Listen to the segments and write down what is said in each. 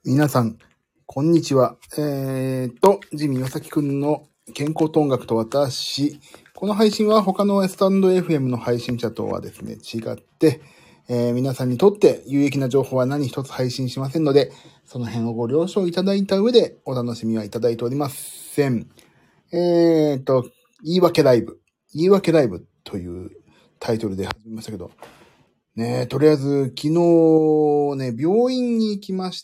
皆さん、こんにちは。ジミー・ヨサキくんの健康と音楽と私。この配信は他のスタンド FM の配信者とはですね、違って、皆さんにとって有益な情報は何一つ配信しませんので、その辺をご了承いただいた上でお楽しみはいただいておりません。言い訳ライブ。言い訳ライブというタイトルで始めましたけど、ね、とりあえず昨日ね、病院に行きまして、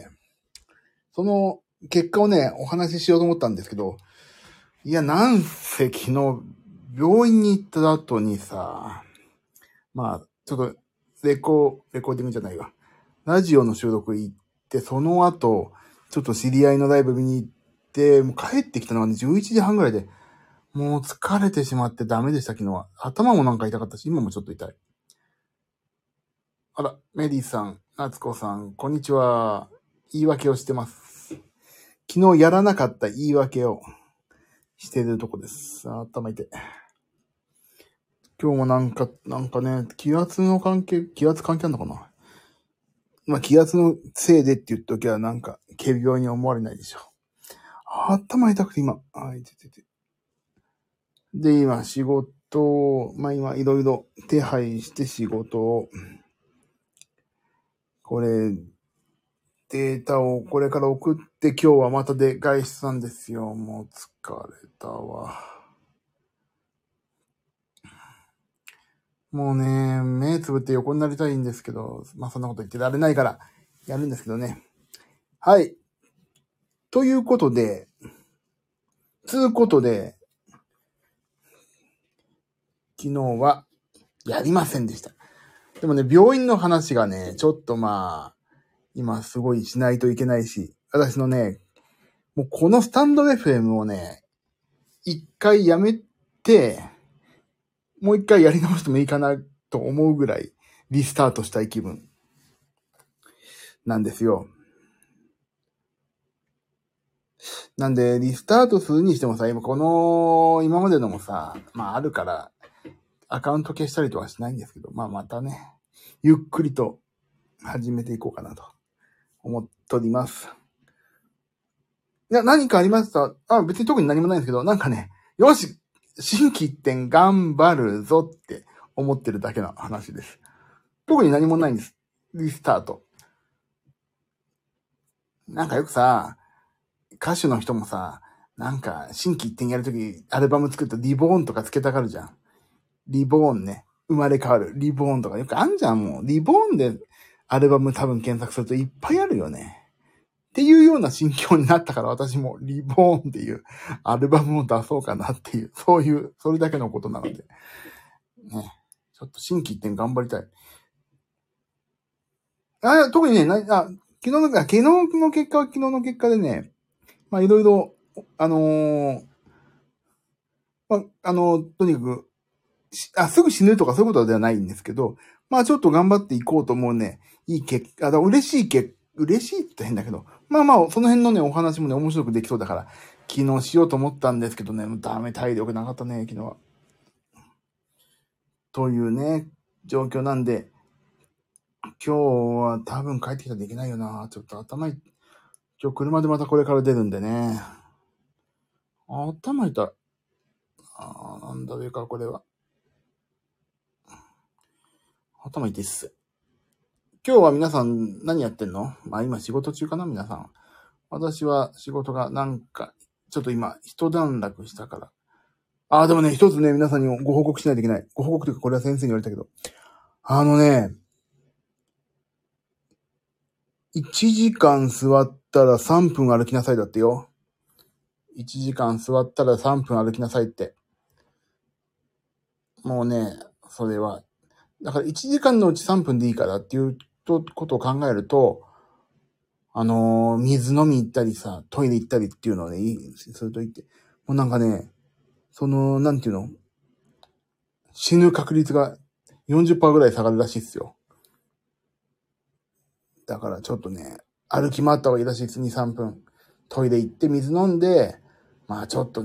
その結果をね、お話ししようと思ったんですけど、いや、なんせ昨日、病院に行った後にさ、ちょっと、レコーディングじゃないわ。ラジオの収録行って、その後、ちょっと知り合いのライブ見に行って、もう帰ってきたのがね、11時半ぐらいで、もう疲れてしまってダメでした、昨日は。頭もなんか痛かったし、今もちょっと痛い。あら、メリーさん、夏子さん、こんにちは。言い訳をしてます。昨日やらなかった言い訳をしてるとこです。頭痛い。今日もなんかね、気圧関係あんのかな。気圧のせいでって言っときゃなんか、軽病に思われないでしょ。頭痛くて今。で、今仕事を、今いろいろ手配して仕事を、これ、データをこれから送って今日はまたで外出なんですよ。もう疲れたわ。もうね、目つぶって横になりたいんですけど、そんなこと言ってられないからやるんですけどね。はい。ということで、昨日はやりませんでした。でもね、病院の話がね、ちょっと今すごいしないといけないし、私のね、もうこのスタンド FM をね、一回やめて、もう一回やり直してもいいかなと思うぐらいリスタートしたい気分なんですよ。なんで、リスタートするにしてもさ、今までのもさ、あるから、アカウント消したりとはしないんですけど、またね、ゆっくりと始めていこうかなと思っております。いや、何かありました？別に特に何もないんですけど、なんかね、よし、新規一点頑張るぞって思ってるだけの話です。特に何もないんです。リスタート。なんかよくさ、歌手の人もさ、なんか新規一点やるときアルバム作るとリボーンとかつけたがるじゃん。リボーンね。生まれ変わる。リボーンとかよくあんじゃん、もう。リボーンでアルバム多分検索するといっぱいあるよね。っていうような心境になったから私もリボーンっていうアルバムを出そうかなっていう、それだけのことなので。ね。ちょっと新規一点頑張りたい。特にね、昨日の結果は昨日の結果でね、いろいろ、とにかく、すぐ死ぬとかそういうことではないんですけど、ちょっと頑張っていこうと思うね、いい嬉しいって変だけど、その辺のね、お話もね、面白くできそうだから、昨日しようと思ったんですけどね、ダメ、体力なかったね、昨日は。というね、状況なんで、今日は多分帰ってきたらできないよな。ちょっと今日車でまたこれから出るんでね。頭痛い。なんだべか、これは。頭痛いっす。今日は皆さん何やってんの？今仕事中かな、皆さん。私は仕事がちょっと今、一段落したから。でもね、一つね、皆さんにご報告しないといけない。ご報告というか、これは先生に言われたけど。1時間座ったら3分歩きなさいだってよ。1時間座ったら3分歩きなさいって。もうね、それは。だから1時間のうち3分でいいからっていうことを考えると、水飲み行ったりさ、トイレ行ったりっていうのをね、すると言って。もうなんかね、なんていうの？死ぬ確率が 40% ぐらい下がるらしいっすよ。だからちょっとね、歩き回った方がいいらしいです。2、3分。トイレ行って水飲んで、ちょっと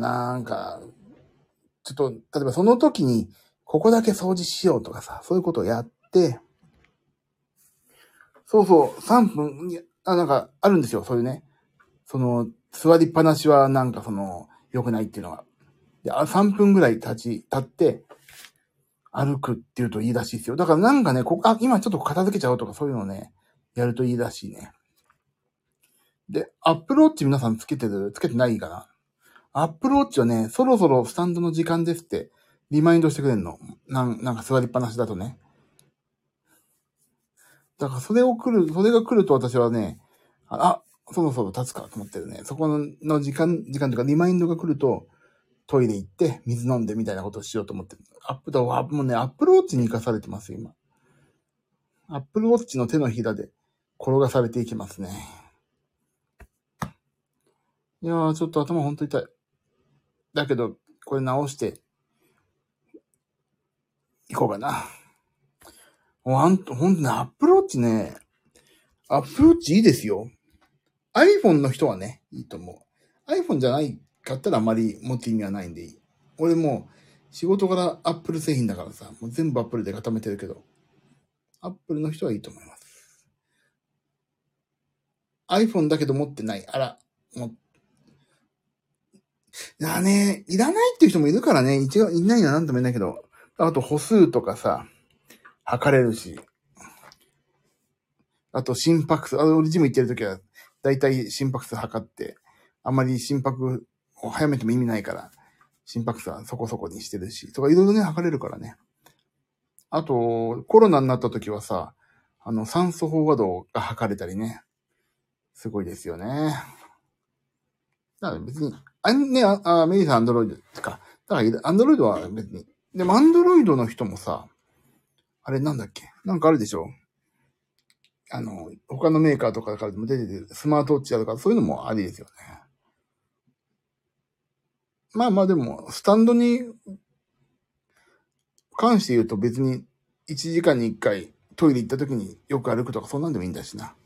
例えばその時に、ここだけ掃除しようとかさ、そういうことをやって、そうそう、3分、 なんか、あるんですよ、そういうね。座りっぱなしは良くないっていうのが。で、3分ぐらい立って、歩くっていうといいらしいですよ。だからなんかね、今ちょっと片付けちゃおうとかそういうのをね、やるといいらしいね。で、アップルウォッチ皆さんつけてないかな？アップルウォッチはね、そろそろスタンドの時間ですって、リマインドしてくれるの。なんか座りっぱなしだとね。だからそれが来ると私はね、そろそろ立つかと思ってるね。そこの時間というかリマインドが来ると、トイレ行って水飲んでみたいなことをしようと思ってる。もうね、アップルウォッチに生かされてますよ、今。アップルウォッチの手のひらで転がされていきますね。いやー、ちょっと頭ほんと痛い。だけど、これ直して、いこうかな。ほんとね、アップルウォッチね、アップルウォッチいいですよ。iPhone の人はね、いいと思う。iPhone じゃないかったらあまり持つ意味はないんでいい。俺も仕事からアップル製品だからさ、もう全部アップルで固めてるけど、アップルの人はいいと思います。iPhone だけど持ってない。いらないっていう人もいるからね、いないのはなんとも言えないけど、あと歩数とかさ、測れるし、あと心拍数、俺ジム行ってるときは、だいたい心拍数測って、あんまり心拍を早めても意味ないから、心拍数はそこそこにしてるし、とかいろいろね、測れるからね。あと、コロナになったときはさ、酸素飽和度が測れたりね。すごいですよね。だから別に、メリーさんアンドロイドか。だからアンドロイドは別に。でもアンドロイドの人もさ、あれなんだっけ？なんかあるでしょ？他のメーカーとかからでも出てるスマートウォッチやるから、そういうのもありですよね。まあまあでも、スタンドに関して言うと別に1時間に1回トイレ行った時によく歩くとかそんなんでもいいんだしな。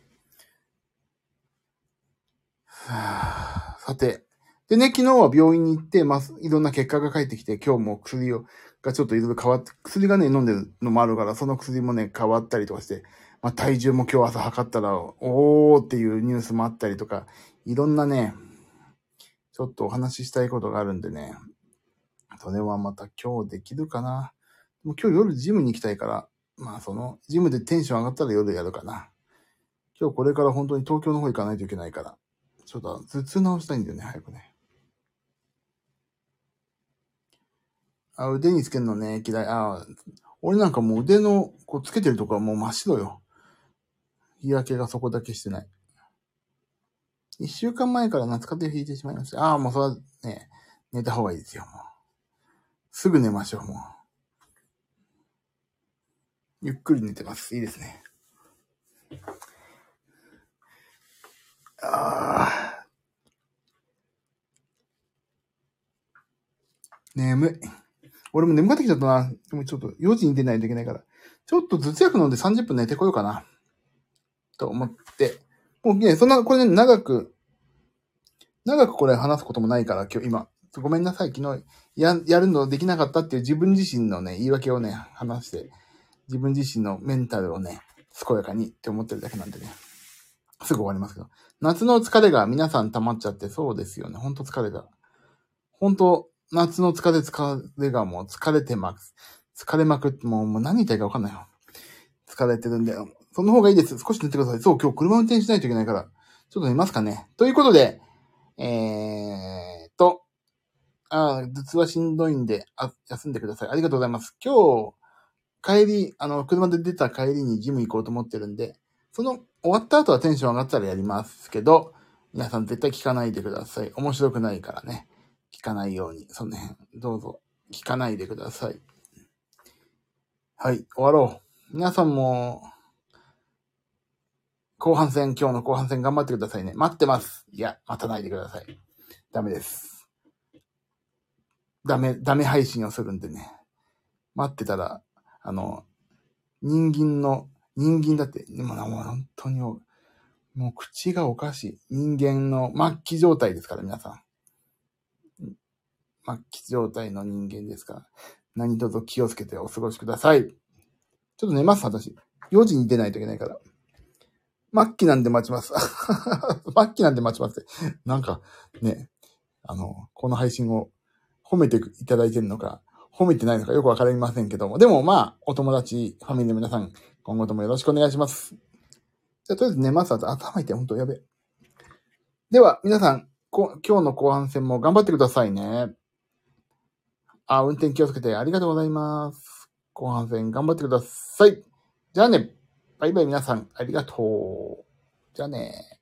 さて。でね、昨日は病院に行って、いろんな結果が返ってきて、今日もがちょっといろいろ変わって、薬がね、飲んでるのもあるから、その薬もね、変わったりとかして、体重も今日朝測ったら、おーっていうニュースもあったりとか、いろんなね、ちょっとお話ししたいことがあるんでね、それはまた今日できるかな。もう今日夜ジムに行きたいから、ジムでテンション上がったら夜やるかな。今日これから本当に東京の方行かないといけないから、ちょっと頭痛直したいんだよね、早くね。腕につけるのね、嫌い。俺なんかもう腕の、つけてるとこはもう真っ白よ。日焼けがそこだけしてない。1週間前から夏風邪ひいてしまいました。もうそれはね、寝た方がいいですよ、もう。すぐ寝ましょう、もう。ゆっくり寝てます。いいですね。眠い。俺も眠かってきちゃったな。でもちょっと4時に出ないといけないから。ちょっと頭痛薬飲んで30分寝てこようかな。と思って。もうね、これね、長くこれ話すこともないから、今。ごめんなさい、昨日、やるのできなかったっていう自分自身のね、言い訳をね、話して、自分自身のメンタルをね、健やかにって思ってるだけなんでね。すぐ終わりますけど。夏の疲れが皆さん溜まっちゃって、そうですよね。ほんと疲れた。ほんと、夏の疲れがもう疲れてます。疲れまくって、もう何言いたいかわかんないよ。疲れてるんで、その方がいいです。少し寝てください。そう、今日車運転しないといけないから、ちょっと寝ますかね。ということで、頭痛はしんどいんで、休んでください。ありがとうございます。今日、帰り、車で出た帰りにジム行こうと思ってるんで、終わった後はテンション上がったらやりますけど、皆さん絶対聞かないでください。面白くないからね。聞かないように、その辺、どうぞ、聞かないでください。はい、終わろう。皆さんも、今日の後半戦頑張ってくださいね。待ってます。いや、待たないでください。ダメです。ダメ配信をするんでね。待ってたら、人間だって、もう本当に、もう口がおかしい。人間の末期状態ですから、皆さん。末期状態の人間ですから。何卒気をつけてお過ごしください。ちょっと寝ます、私。4時に出ないといけないから。 末期なんで待ちます。末期なんで待ちますって。なんか、ね、この配信を褒めていただいてるのか、褒めてないのかよくわかりませんけども。でもまあ、お友達、ファミリーの皆さん、今後ともよろしくお願いします。じゃあ、とりあえず寝ます。頭痛い。ほんとやべ。では、皆さん、今日の後半戦も頑張ってくださいね。運転気をつけてありがとうございます。後半戦頑張ってください。じゃあね。バイバイ皆さん、ありがとう。じゃあね。